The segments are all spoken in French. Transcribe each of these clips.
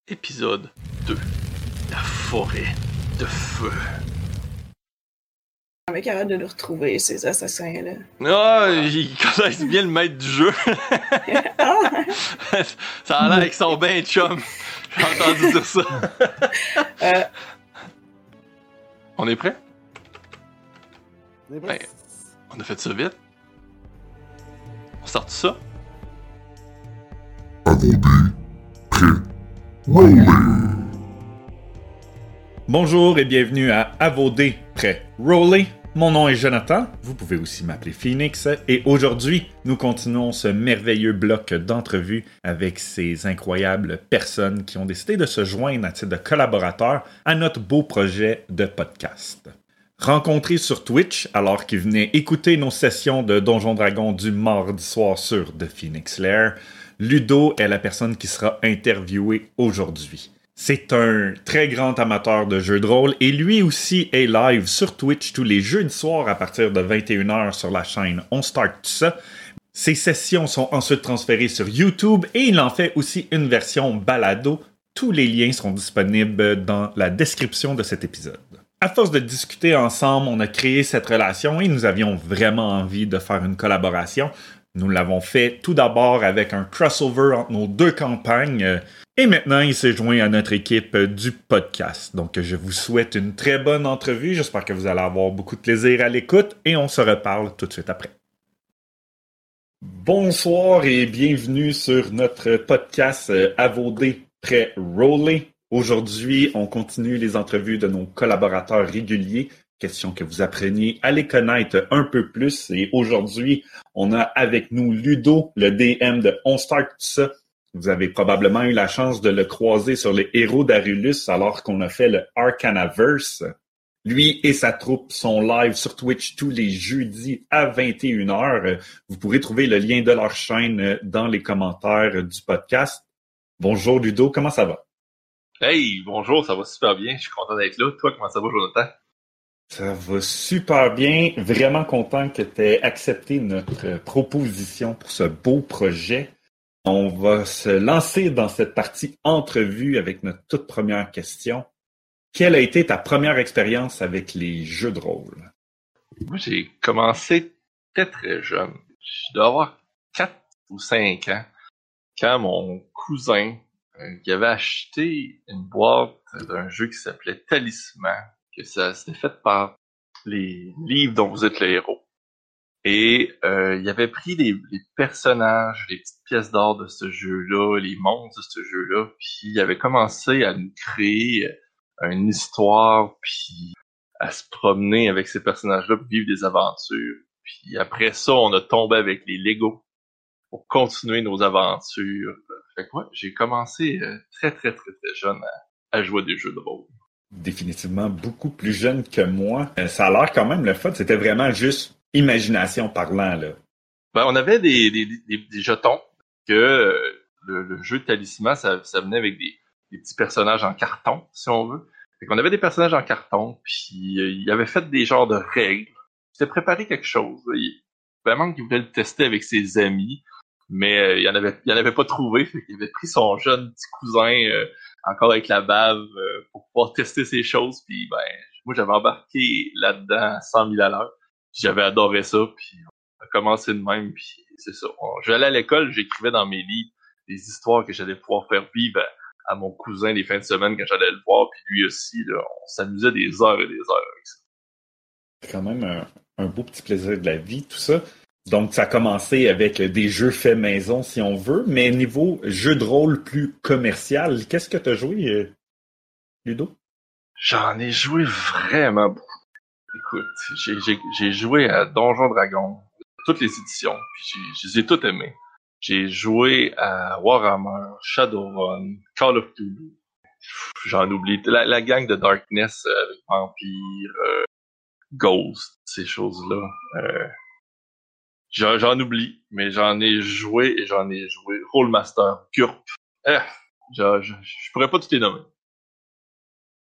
Épisode 2. La forêt de feu. On est capable de nous retrouver, ces assassins-là. Ah, ils connaissent bien le maître du jeu. Ça a l'air qu'ils sont bien chum. J'ai entendu dire ça. On est prêt? On est prêt? Ben, on a fait ça vite. On sort tout ça? Bonjour et bienvenue à Avodé près Roller. Mon nom est Jonathan, vous pouvez aussi m'appeler Phoenix, et aujourd'hui, nous continuons ce merveilleux bloc d'entrevues avec ces incroyables personnes qui ont décidé de se joindre à titre de collaborateurs à notre beau projet de podcast. Rencontrés sur Twitch alors qu'ils venaient écouter nos sessions de Donjon Dragon du mardi soir sur The Phoenix Lair, Ludo est la personne qui sera interviewée aujourd'hui. C'est un très grand amateur de jeux de rôle et lui aussi est live sur Twitch tous les jeudis soirs à partir de 21h sur la chaîne On Start Tout Ça. Ses sessions sont ensuite transférées sur YouTube et il en fait aussi une version balado. Tous les liens seront disponibles dans la description de cet épisode. À force de discuter ensemble, on a créé cette relation et nous avions vraiment envie de faire une collaboration. Nous l'avons fait tout d'abord avec un crossover entre nos deux campagnes. Et maintenant, il s'est joint à notre équipe du podcast. Donc, je vous souhaite une très bonne entrevue. J'espère que vous allez avoir beaucoup de plaisir à l'écoute et on se reparle tout de suite après. Bonsoir et bienvenue sur notre podcast Avodé près Roller. Aujourd'hui, on continue les entrevues de nos collaborateurs réguliers. Question que vous appreniez à les connaître un peu plus. Et aujourd'hui, on a avec nous Ludo, le DM de On Start Tout Ça. Vous avez probablement eu la chance de le croiser sur les héros d'Arulus alors qu'on a fait le Arcanaverse. Lui et sa troupe sont live sur Twitch tous les jeudis à 21h. Vous pourrez trouver le lien de leur chaîne dans les commentaires du podcast. Bonjour Ludo, comment ça va? Hey, bonjour, ça va super bien. Je suis content d'être là. Toi, comment ça va, Jonathan? Ça va super bien. Vraiment content que tu aies accepté notre proposition pour ce beau projet. On va se lancer dans cette partie entrevue avec notre toute première question. Quelle a été ta première expérience avec les jeux de rôle? Moi, j'ai commencé très très jeune. Je dois avoir 4 ou 5 ans quand mon cousin qui avait acheté une boîte d'un jeu qui s'appelait Talisman, que ça c'était fait par les livres dont vous êtes le héros. Et il avait pris les personnages, les petites pièces d'or de ce jeu-là, les monstres de ce jeu-là, puis il avait commencé à nous créer une histoire, puis à se promener avec ces personnages-là, puis vivre des aventures. Puis après ça, on a tombé avec les Lego pour continuer nos aventures. Fait que ouais, j'ai commencé très très très très jeune à jouer à des jeux de rôle. Définitivement beaucoup plus jeune que moi. Ça a l'air quand même le fun. C'était vraiment juste imagination parlant, là. Ben, on avait des jetons que le jeu de Talisman, ça venait avec des petits personnages en carton, si on veut. Fait qu'on avait des personnages en carton, puis il avait fait des genres de règles. Il s'était préparé quelque chose. Vraiment qu'il voulait le tester avec ses amis, mais il en avait pas trouvé. Fait qu'il avait pris son jeune petit cousin, encore avec la bave, pour pouvoir tester ces choses. Puis ben, moi j'avais embarqué là-dedans à 100 000 à l'heure. Puis j'avais adoré ça, puis on a commencé de même, puis c'est ça. J'allais à l'école, j'écrivais dans mes livres des histoires que j'allais pouvoir faire vivre à mon cousin les fins de semaine quand j'allais le voir, puis lui aussi, là, on s'amusait des heures et des heures avec ça. C'est quand même un beau petit plaisir de la vie, tout ça. Donc, ça a commencé avec des jeux faits maison, si on veut, mais niveau jeu de rôle plus commercial, qu'est-ce que tu as joué, Ludo? J'en ai joué vraiment beaucoup. Écoute, j'ai joué à Donjon Dragon, toutes les éditions, puis je les ai toutes aimées. J'ai joué à Warhammer, Shadowrun, Call of Duty, j'en oublie, la gang de Darkness avec Vampire, Ghost, ces choses-là. J'en oublie, mais j'en ai joué et j'en ai joué. Roll, GURPS, je pourrais pas tout les nommer.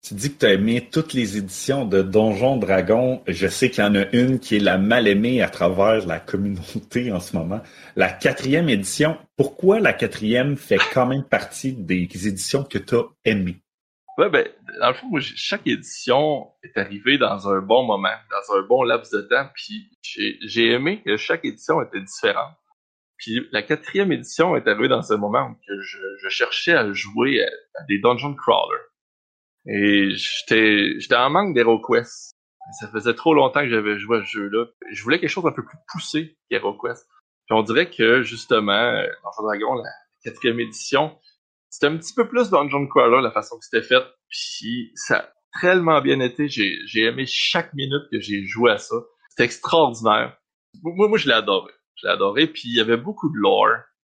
Tu dis que tu as aimé toutes les éditions de Donjons Dragons. Je sais qu'il y en a une qui est la mal aimée à travers la communauté en ce moment. La 4e édition. Pourquoi la 4e fait quand même partie des éditions que tu as aimées? Ouais, ben, dans le fond, moi, chaque édition est arrivée dans un bon moment, dans un bon laps de temps, puis j'ai aimé que chaque édition était différente. Puis la 4e édition est arrivée dans un moment où que je cherchais à jouer à des dungeon crawlers. Et j'étais en manque d'HeroQuest. Ça faisait trop longtemps que j'avais joué à ce jeu-là. Je voulais quelque chose d'un peu plus poussé qu'HeroQuest. Puis on dirait que, justement, Donjon Dragon, la 4e édition, c'était un petit peu plus Dungeon Crawler, la façon que c'était fait. Puis ça a tellement bien été. J'ai aimé chaque minute que j'ai joué à ça. C'était extraordinaire. Moi, je l'ai adoré. Je l'ai adoré. Puis il y avait beaucoup de lore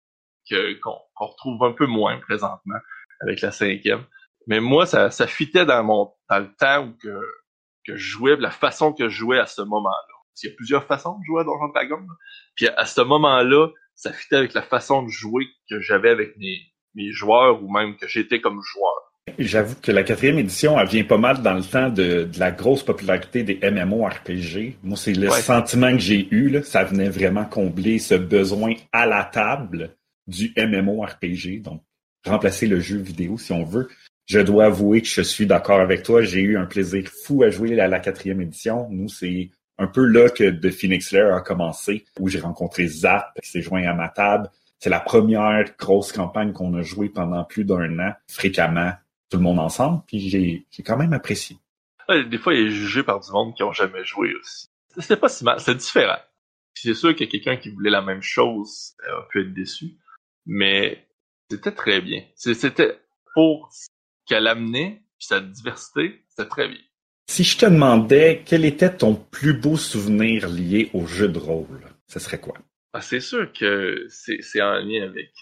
qu'on retrouve un peu moins présentement avec la 5e. Mais moi, ça fitait dans le temps où que je jouais, la façon que je jouais à ce moment-là. Parce qu'il y a plusieurs façons de jouer à Donjon Dragon. Là. Puis à ce moment-là, ça fitait avec la façon de jouer que j'avais avec mes joueurs ou même que j'étais comme joueur. J'avoue que la 4e édition, elle vient pas mal dans le temps de la grosse popularité des MMORPG. Moi, c'est le sentiment que j'ai eu, là. Ça venait vraiment combler ce besoin à la table du MMORPG. Donc, remplacer le jeu vidéo, si on veut. Je dois avouer que je suis d'accord avec toi. J'ai eu un plaisir fou à jouer à la 4e édition. Nous, c'est un peu là que The Phoenix Lair a commencé, où j'ai rencontré Zap, qui s'est joint à ma table. C'est la première grosse campagne qu'on a jouée pendant plus d'1 an, fréquemment, tout le monde ensemble, puis j'ai quand même apprécié. Ouais, des fois, il est jugé par du monde qui n'ont jamais joué aussi. C'était pas si mal, c'est différent. Puis c'est sûr que quelqu'un qui voulait la même chose a pu être déçu, mais c'était très bien. C'était pour ce qu'elle amenait, puis sa diversité, c'était très bien. Si je te demandais quel était ton plus beau souvenir lié au jeu de rôle, ce serait quoi? Ah, c'est sûr que c'est en lien avec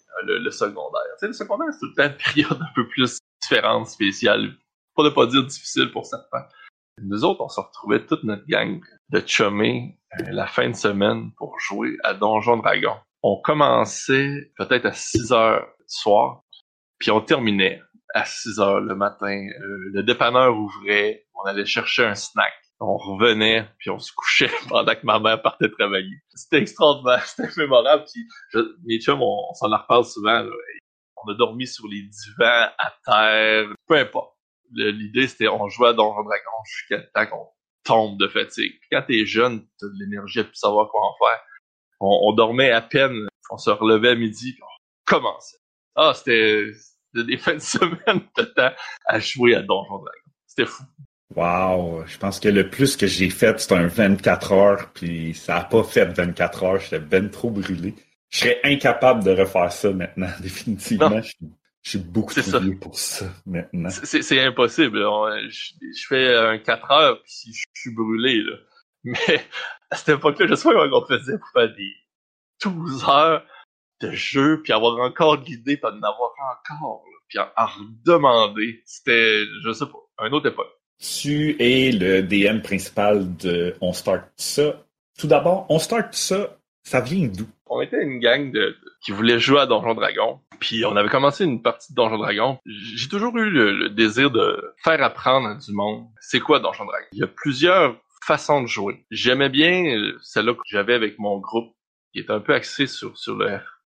le secondaire. Tu sais, le secondaire, c'est tout le temps une période un peu plus différente, spéciale, pour ne pas dire difficile pour certains. Nous autres, on se retrouvait toute notre gang de chummés la fin de semaine pour jouer à Donjon Dragon. On commençait peut-être à 6h du soir, puis on terminait à 6h le matin. Le dépanneur ouvrait, on allait chercher un snack. On revenait, puis on se couchait pendant que ma mère partait travailler. C'était extraordinaire, c'était mémorable. Puis mes chums, on s'en reparle souvent. Là. On a dormi sur les divans, à terre, peu importe. L'idée, c'était on jouait à Donjon Dragon jusqu'à le temps qu'on tombe de fatigue. Puis quand t'es jeune, t'as de l'énergie à plus savoir quoi en faire. On dormait à peine, on se relevait à midi, puis on commençait. Ah, c'était des fins de semaine de temps à jouer à Donjon Dragon. C'était fou. Wow! Je pense que le plus que j'ai fait, c'est un 24 heures, puis ça a pas fait 24 heures, j'étais ben trop brûlé. Je serais incapable de refaire ça maintenant, définitivement. Je suis beaucoup trop vieux pour ça, maintenant. C'est impossible. Je fais un 4 heures, puis je suis brûlé, là. Mais à cette époque-là, je sais pas comment on faisait pour faire des 12 heures de jeu, puis avoir encore guidé, puis en avoir encore, là, puis en redemander. C'était, je sais pas, une autre époque. Tu es le DM principal de On Start Ça. Tout d'abord, On Start ça vient d'où? On était une gang qui voulait jouer à Donjon Dragon, puis on avait commencé une partie de Donjon Dragon. J'ai toujours eu le désir de faire apprendre à du monde c'est quoi Donjon Dragon. Il y a plusieurs façons de jouer. J'aimais bien celle-là que j'avais avec mon groupe, qui était un peu axé sur le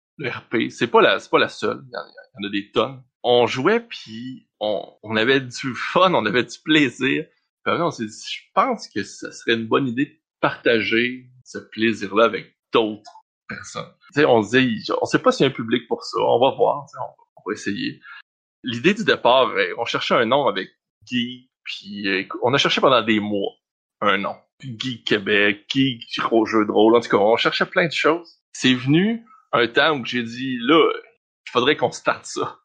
RP. C'est pas la seule, il y en a des tonnes. On jouait, puis on avait du fun, on avait du plaisir. Puis après, on s'est dit, je pense que ça serait une bonne idée de partager ce plaisir-là avec d'autres personnes. Tu sais, on se dit, on sait pas s'il y a un public pour ça, on va voir, on va essayer. L'idée du départ, on cherchait un nom avec Guy, puis on a cherché pendant des mois un nom. Guy Québec, Guy Gros Jeu de rôle, en tout cas, on cherchait plein de choses. C'est venu un temps où j'ai dit, là, il faudrait qu'on starte ça.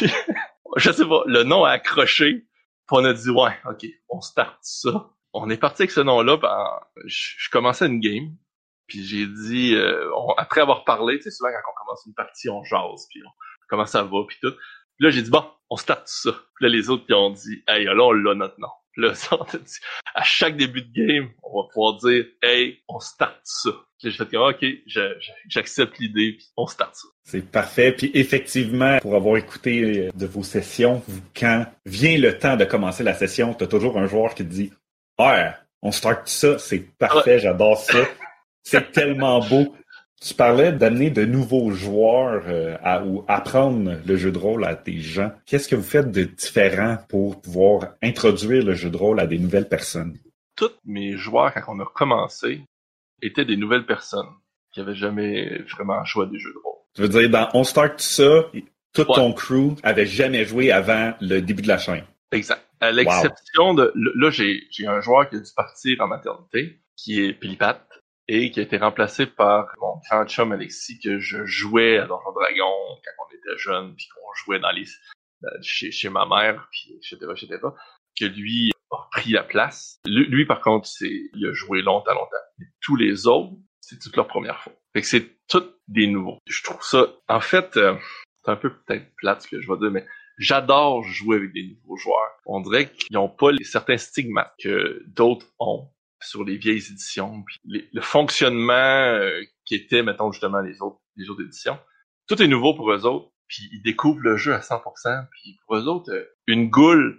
Je sais pas, le nom a accroché, puis on a dit, ouais, ok, on starte ça. On est parti avec ce nom-là, je commençais une game, puis j'ai dit, après avoir parlé, tu sais, souvent quand on commence une partie, on jase, puis comment ça va, puis tout. Puis là, j'ai dit, bon, on starte ça. Puis là, les autres, ils ont dit, hey, là, on l'a notre nom. Là, ça, on a dit, à chaque début de game, on va pouvoir dire « Hey, on start ça ». Puis j'ai fait comme « Ok, j'accepte l'idée, puis on start ça ». C'est parfait. Puis effectivement, pour avoir écouté de vos sessions, quand vient le temps de commencer la session, t'as toujours un joueur qui te dit « Ouais, on start ça, c'est parfait, j'adore ça. C'est tellement beau. » Tu parlais d'amener de nouveaux joueurs ou apprendre le jeu de rôle à des gens. Qu'est-ce que vous faites de différent pour pouvoir introduire le jeu de rôle à des nouvelles personnes? Tous mes joueurs, quand on a commencé, étaient des nouvelles personnes qui avaient jamais vraiment joué à des jeux de rôle. Tu veux dire, dans On Start ça, tout ton crew avait jamais joué avant le début de la chaîne. Exact. À l'exception de... Là, j'ai un joueur qui a dû partir en maternité, qui est Pilipat, et qui a été remplacé par mon grand chum Alexis, que je jouais à Donjon Dragon quand on était jeune, puis qu'on jouait dans les chez ma mère, puis etc., que lui a pris la place. Lui par contre, il a joué longtemps. Et tous les autres, c'est toute leur première fois. Fait que c'est tous des nouveaux. Je trouve ça... En fait, c'est un peu peut-être plate ce que je vais dire, mais j'adore jouer avec des nouveaux joueurs. On dirait qu'ils n'ont pas certains stigmates que d'autres ont sur les vieilles éditions, puis le fonctionnement qui était, mettons, justement, les autres éditions. Tout est nouveau pour eux autres, puis ils découvrent le jeu à 100%, puis pour eux autres, une goule,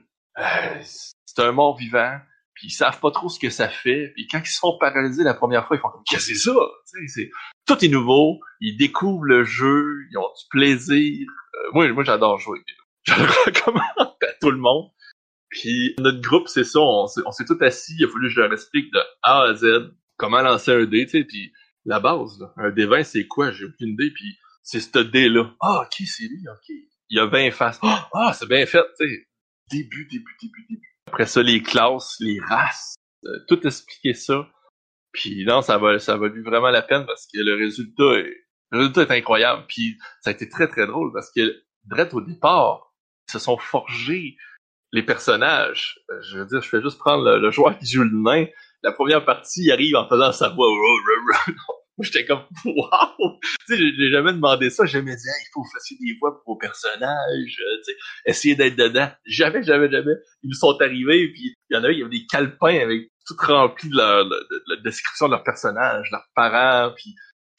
c'est un mort-vivant, puis ils savent pas trop ce que ça fait, puis quand ils se font paralyser la première fois, ils font comme « Qu'est-ce que c'est ça? » Tout est nouveau, ils découvrent le jeu, ils ont du plaisir. Moi, j'adore jouer avec des nouveaux. Je le recommande à tout le monde. Puis notre groupe, c'est ça, on s'est tout assis, il a fallu que je leur explique de A à Z comment lancer un dé, tu sais, puis la base, là, un dé 20, c'est quoi? J'ai aucune idée, puis c'est ce dé-là. Ah, ok, c'est lui, ok. Il y a 20 faces. Ah, c'est bien fait, tu sais. Début. Après ça, les classes, les races, tout expliquer ça. Puis non, ça valu vraiment la peine parce que le résultat est incroyable. Puis ça a été très, très drôle parce que, direct au départ, ils se sont forgés les personnages. Je veux dire, je fais juste prendre le joueur qui joue le nain. La première partie, il arrive en faisant sa voix. J'étais comme, wow! Tu sais, j'ai jamais demandé ça. J'ai jamais dit, il faut faire des voix pour vos personnages, tu sais, essayer d'être dedans. Jamais. Ils me sont arrivés, puis il y avait des calepins avec tout rempli de la description de leur personnage, leurs parents, puis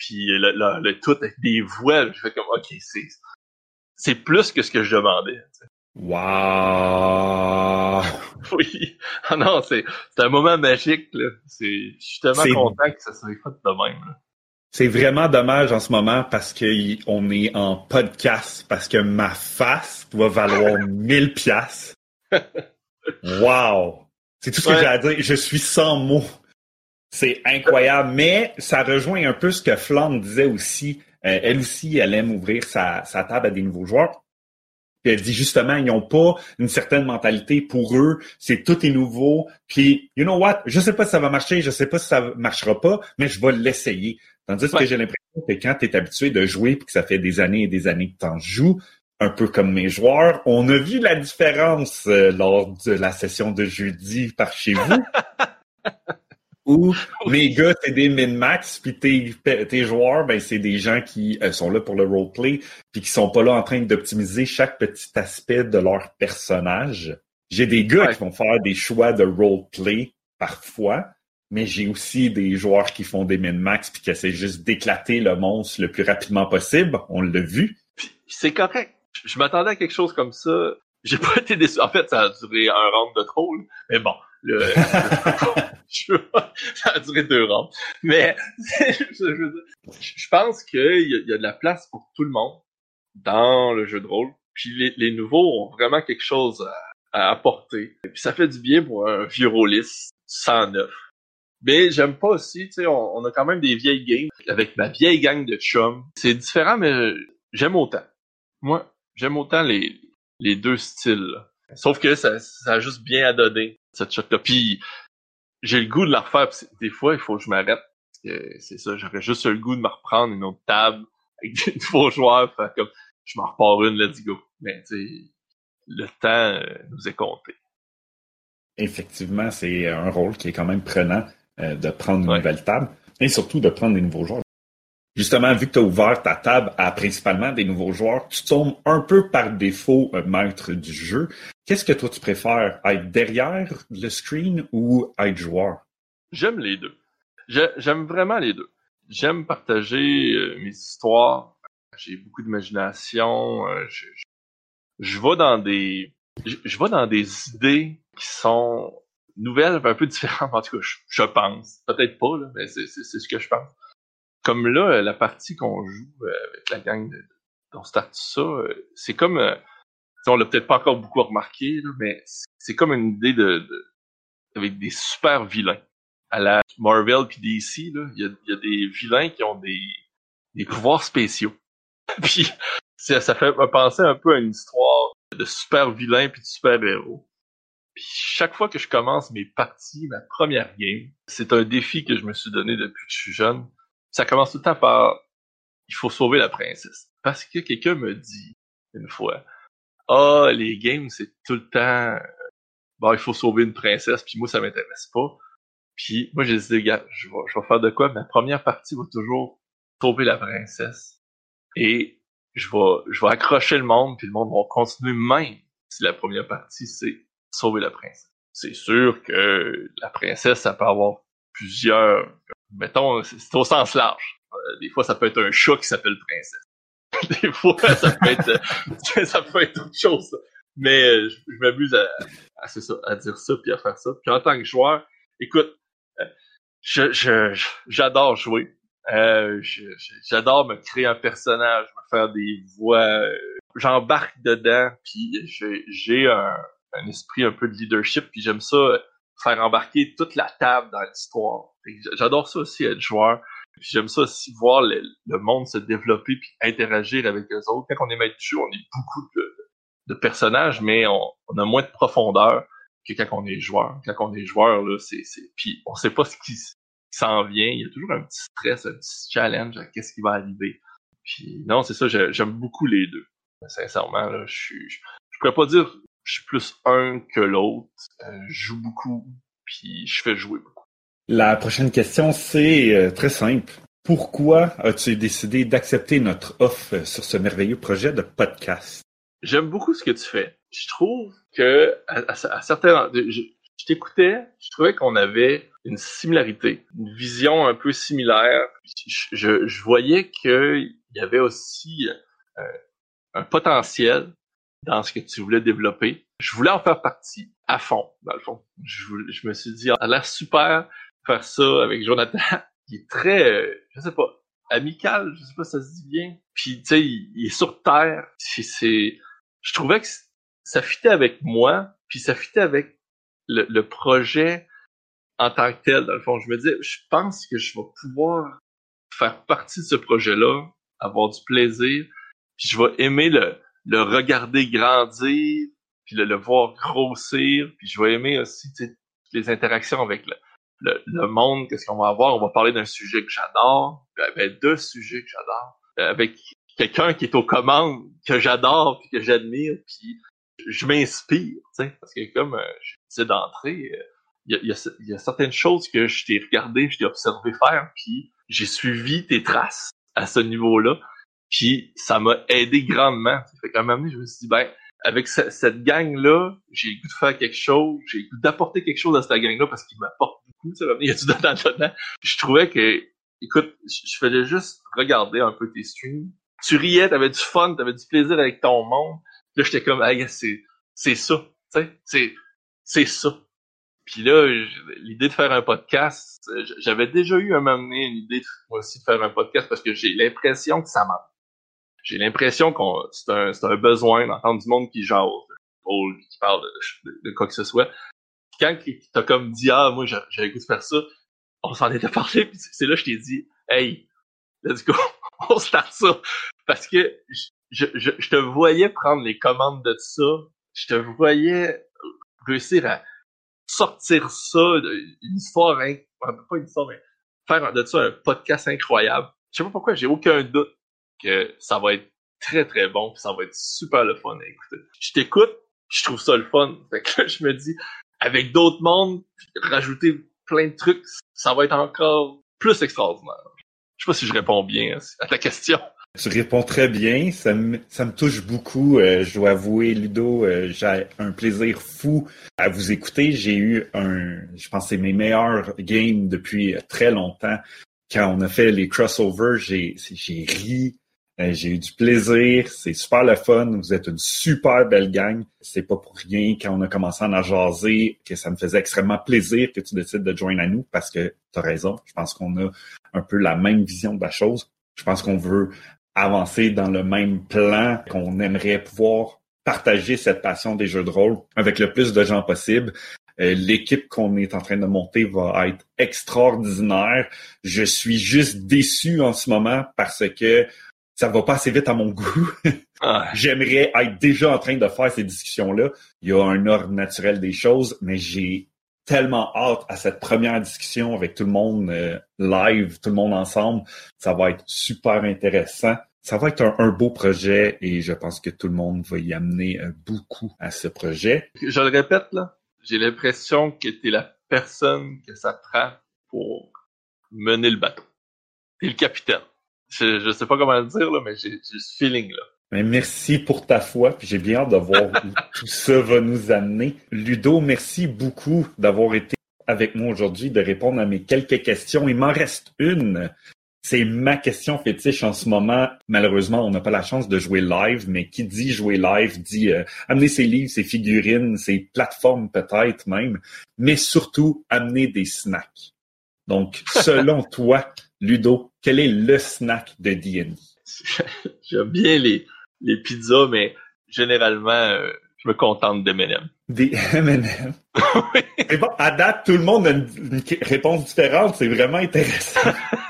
le tout avec des voix. J'ai fait comme, ok, c'est plus que ce que je demandais. Tu sais. Wow! Oui. Ah non, c'est un moment magique, là. Je suis tellement content que ça soit fait de même, là. C'est vraiment dommage en ce moment parce qu'on est en podcast, parce que ma face doit valoir 1000 piastres. Wow! C'est tout ce que j'ai à dire. Je suis sans mots. C'est incroyable. Mais ça rejoint un peu ce que Flamme disait aussi. Elle aussi, elle aime ouvrir sa table à des nouveaux joueurs. Puis elle dit justement, ils n'ont pas une certaine mentalité. Pour eux, tout est nouveau. Puis, you know what? Je sais pas si ça va marcher, je sais pas si ça marchera pas, mais je vais l'essayer. Tandis que j'ai l'impression que quand tu es habitué de jouer puis que ça fait des années et des années que tu en joues, un peu comme mes joueurs, on a vu la différence lors de la session de jeudi par chez vous. Où mes gars, c'est des min-max, puis tes joueurs, ben c'est des gens qui sont là pour le roleplay, puis qui sont pas là en train d'optimiser chaque petit aspect de leur personnage. J'ai des gars qui vont faire des choix de roleplay parfois, mais j'ai aussi des joueurs qui font des min-max puis qui essaient juste d'éclater le monstre le plus rapidement possible. On l'a vu. Puis c'est correct. Je m'attendais à quelque chose comme ça. J'ai pas été déçu. En fait, ça a duré un round de troll, mais bon. Ça a duré 2 rounds. Mais je pense qu'il y a de la place pour tout le monde dans le jeu de rôle. Puis les nouveaux ont vraiment quelque chose à apporter. Et puis ça fait du bien pour un vieux rôliste 109. Mais j'aime pas aussi, tu sais, on a quand même des vieilles games avec ma vieille gang de chums. C'est différent, mais j'aime autant. Moi, j'aime autant les deux styles. Sauf que ça a juste bien à donner, cette shot-là. Puis j'ai le goût de la refaire. Des fois, il faut que je m'arrête. C'est ça, j'aurais juste le goût de me reprendre une autre table avec des nouveaux joueurs. Faire comme, je m'en repars une, let's go. Mais tu sais, le temps nous est compté. Effectivement, c'est un rôle qui est quand même prenant de prendre une nouvelle table et surtout de prendre des nouveaux joueurs. Justement, vu que tu as ouvert ta table à principalement des nouveaux joueurs, tu tombes un peu par défaut maître du jeu. Qu'est-ce que toi tu préfères, être derrière le screen ou être joueur? J'aime les deux. J'aime vraiment les deux. J'aime partager mes histoires. J'ai beaucoup d'imagination. Je vais dans des je vais dans des idées qui sont nouvelles, un peu différentes. En tout cas, je pense. Peut-être pas, là, mais c'est ce que je pense. Comme là, la partie qu'on joue avec la gang on start ça, c'est comme on l'a peut-être pas encore beaucoup remarqué, là, mais c'est comme une idée avec des super vilains. À la Marvel puis DC, là, il y a des vilains qui ont des pouvoirs spéciaux. Puis ça fait me penser un peu à une histoire de super vilains puis de super héros. Puis chaque fois que je commence mes parties, ma première game, c'est un défi que je me suis donné depuis que je suis jeune. Ça commence tout le temps par il faut sauver la princesse. Parce que quelqu'un me dit une fois, les games c'est tout le temps il faut sauver une princesse, puis moi ça m'intéresse pas. Puis moi j'ai dit gars, je vais faire de quoi? Ma première partie va toujours sauver la princesse. Et je vais accrocher le monde, puis le monde va continuer même si la première partie c'est sauver la princesse. C'est sûr que la princesse, ça peut avoir plusieurs, mettons, c'est au sens large. Des fois, ça peut être un chat qui s'appelle princesse. Des fois, ça peut être autre chose. Mais je m'amuse à dire ça puis à faire ça. Puis en tant que joueur, écoute, j'adore jouer. J'adore me créer un personnage, me faire des voix. J'embarque dedans, puis j'ai un esprit un peu de leadership, puis j'aime ça faire embarquer toute la table dans l'histoire. J'adore ça aussi être joueur. Puis j'aime ça aussi voir le monde se développer puis interagir avec les autres. Quand on est maître du jeu, on est beaucoup de personnages, mais on a moins de profondeur que quand on est joueur. Quand on est joueur, là, puis on sait pas ce qui s'en vient. Il y a toujours un petit stress, un petit challenge à qu'est-ce qui va arriver. Puis non, c'est ça, j'aime beaucoup les deux. Sincèrement, là, je pourrais pas dire je suis plus un que l'autre. Je joue beaucoup, puis je fais jouer beaucoup. La prochaine question, c'est très simple. Pourquoi as-tu décidé d'accepter notre offre sur ce merveilleux projet de podcast? J'aime beaucoup ce que tu fais. Je trouve que à certains... Je t'écoutais, je trouvais qu'on avait une similarité, une vision un peu similaire. Je voyais qu'il y avait aussi un potentiel dans ce que tu voulais développer. Je voulais en faire partie, à fond, dans le fond. Je me suis dit, ça a l'air super faire ça avec Jonathan, qui est très, je sais pas, amical, je sais pas si ça se dit bien. Puis, tu sais, il est sur terre. Je trouvais que ça fitait avec moi, puis ça fitait avec le projet en tant que tel. Dans le fond, je me disais, je pense que je vais pouvoir faire partie de ce projet-là, avoir du plaisir, puis je vais aimer le regarder grandir, puis le voir grossir, puis je vais aimer aussi les interactions avec le monde, qu'est-ce qu'on va avoir. On va parler d'un sujet que j'adore, deux sujets que j'adore, avec quelqu'un qui est aux commandes, que j'adore, puis que j'admire, puis je m'inspire, tu sais, parce que comme je disais d'entrée, il y a certaines choses que je t'ai regardé, je t'ai observé faire, puis j'ai suivi tes traces à ce niveau-là, puis ça m'a aidé grandement. Ça fait qu'à un moment donné, je me suis dit, avec cette gang-là, j'ai le goût de faire quelque chose, j'ai le goût d'apporter quelque chose à cette gang-là parce qu'il m'apporte beaucoup, tu sais, il y a du dedans. Je trouvais que, écoute, je faisais juste regarder un peu tes streams. Tu riais, t'avais du fun, t'avais du plaisir avec ton monde. Là, j'étais comme, c'est ça, tu sais, c'est ça. Puis là, l'idée de faire un podcast, j'avais déjà eu un moment donné une idée moi aussi de faire un podcast parce que j'ai l'impression que ça manque. J'ai l'impression c'est un besoin d'entendre du monde qui jase, qui parle de quoi que ce soit. Puis quand t'as comme dit, moi j'avais le goût de faire ça, on s'en était parlé, puis c'est là que je t'ai dit, hey, let's go, on start ça. Parce que je te voyais prendre les commandes de ça, je te voyais réussir à sortir ça, une histoire, pas une histoire, mais faire de ça un podcast incroyable. Je sais pas pourquoi, j'ai aucun doute que ça va être très très bon, puis ça va être super le fun à écouter. Je t'écoute, je trouve ça le fun. Fait que là, je me dis, avec d'autres mondes, rajouter plein de trucs, ça va être encore plus extraordinaire. sais pas si je réponds bien à ta question. Tu réponds très bien, ça me touche beaucoup. Je dois avouer, Ludo, j'ai un plaisir fou à vous écouter. J'ai eu je pense que c'est mes meilleurs games depuis très longtemps. Quand on a fait les crossovers, j'ai ri, j'ai eu du plaisir, c'est super le fun. Vous êtes une super belle gang. C'est pas pour rien quand on a commencé à en jaser que ça me faisait extrêmement plaisir que tu décides de joindre à nous parce que t'as raison. Je pense qu'on a un peu la même vision de la chose. Je pense qu'on veut avancer dans le même plan, qu'on aimerait pouvoir partager cette passion des jeux de rôle avec le plus de gens possible. L'équipe qu'on est en train de monter va être extraordinaire. Je suis juste déçu en ce moment parce que ça va pas assez vite à mon goût. J'aimerais être déjà en train de faire ces discussions-là. Il y a un ordre naturel des choses, mais j'ai tellement hâte à cette première discussion avec tout le monde live, tout le monde ensemble. Ça va être super intéressant. Ça va être un beau projet et je pense que tout le monde va y amener beaucoup à ce projet. Je le répète, là, j'ai l'impression que t'es la personne que ça prend pour mener le bateau. T'es le capitaine. Je sais pas comment le dire, là, mais j'ai ce feeling-là. Mais merci pour ta foi, puis j'ai bien hâte de voir où tout ça va nous amener. Ludo, merci beaucoup d'avoir été avec moi aujourd'hui, de répondre à mes quelques questions. Il m'en reste une. C'est ma question fétiche en ce moment. Malheureusement, on n'a pas la chance de jouer live, mais qui dit jouer live dit amener ses livres, ses figurines, ses plateformes peut-être même, mais surtout amener des snacks. Donc, selon toi, Ludo, quel est le snack de D&D? J'aime bien les pizzas, mais généralement, je me contente d'M&M. Des M&M? Oui. Et bon, à date, tout le monde a une réponse différente. C'est vraiment intéressant.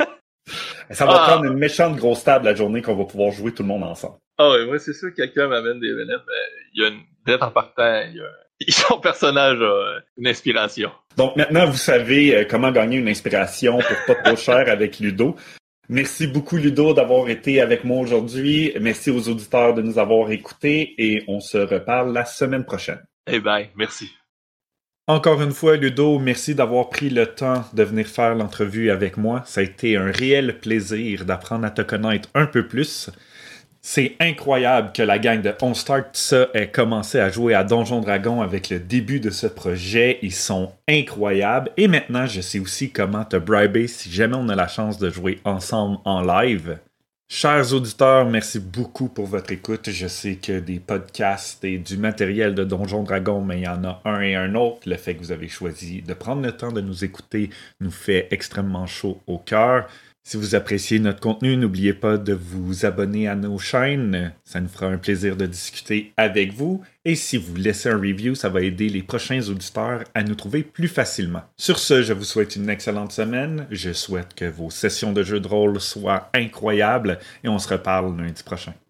Ça va prendre une méchante grosse table la journée qu'on va pouvoir jouer tout le monde ensemble. Ah oui, moi, c'est sûr que quelqu'un m'amène des M&M. Il y a une dette en partant. Son personnage a une inspiration. Donc maintenant, vous savez comment gagner une inspiration pour pas trop cher avec Ludo. Merci beaucoup, Ludo, d'avoir été avec moi aujourd'hui. Merci aux auditeurs de nous avoir écoutés et on se reparle la semaine prochaine. Eh bien, merci. Encore une fois, Ludo, merci d'avoir pris le temps de venir faire l'entrevue avec moi. Ça a été un réel plaisir d'apprendre à te connaître un peu plus. C'est incroyable que la gang de On Start Ça ait commencé à jouer à Donjons Dragons avec le début de ce projet. Ils sont incroyables. Et maintenant, je sais aussi comment te briber si jamais on a la chance de jouer ensemble en live. Chers auditeurs, merci beaucoup pour votre écoute. Je sais que des podcasts et du matériel de Donjons Dragons, mais il y en a un et un autre. Le fait que vous avez choisi de prendre le temps de nous écouter nous fait extrêmement chaud au cœur. Si vous appréciez notre contenu, n'oubliez pas de vous abonner à nos chaînes. Ça nous fera un plaisir de discuter avec vous. Et si vous laissez un review, ça va aider les prochains auditeurs à nous trouver plus facilement. Sur ce, je vous souhaite une excellente semaine. Je souhaite que vos sessions de jeux de rôle soient incroyables et on se reparle lundi prochain.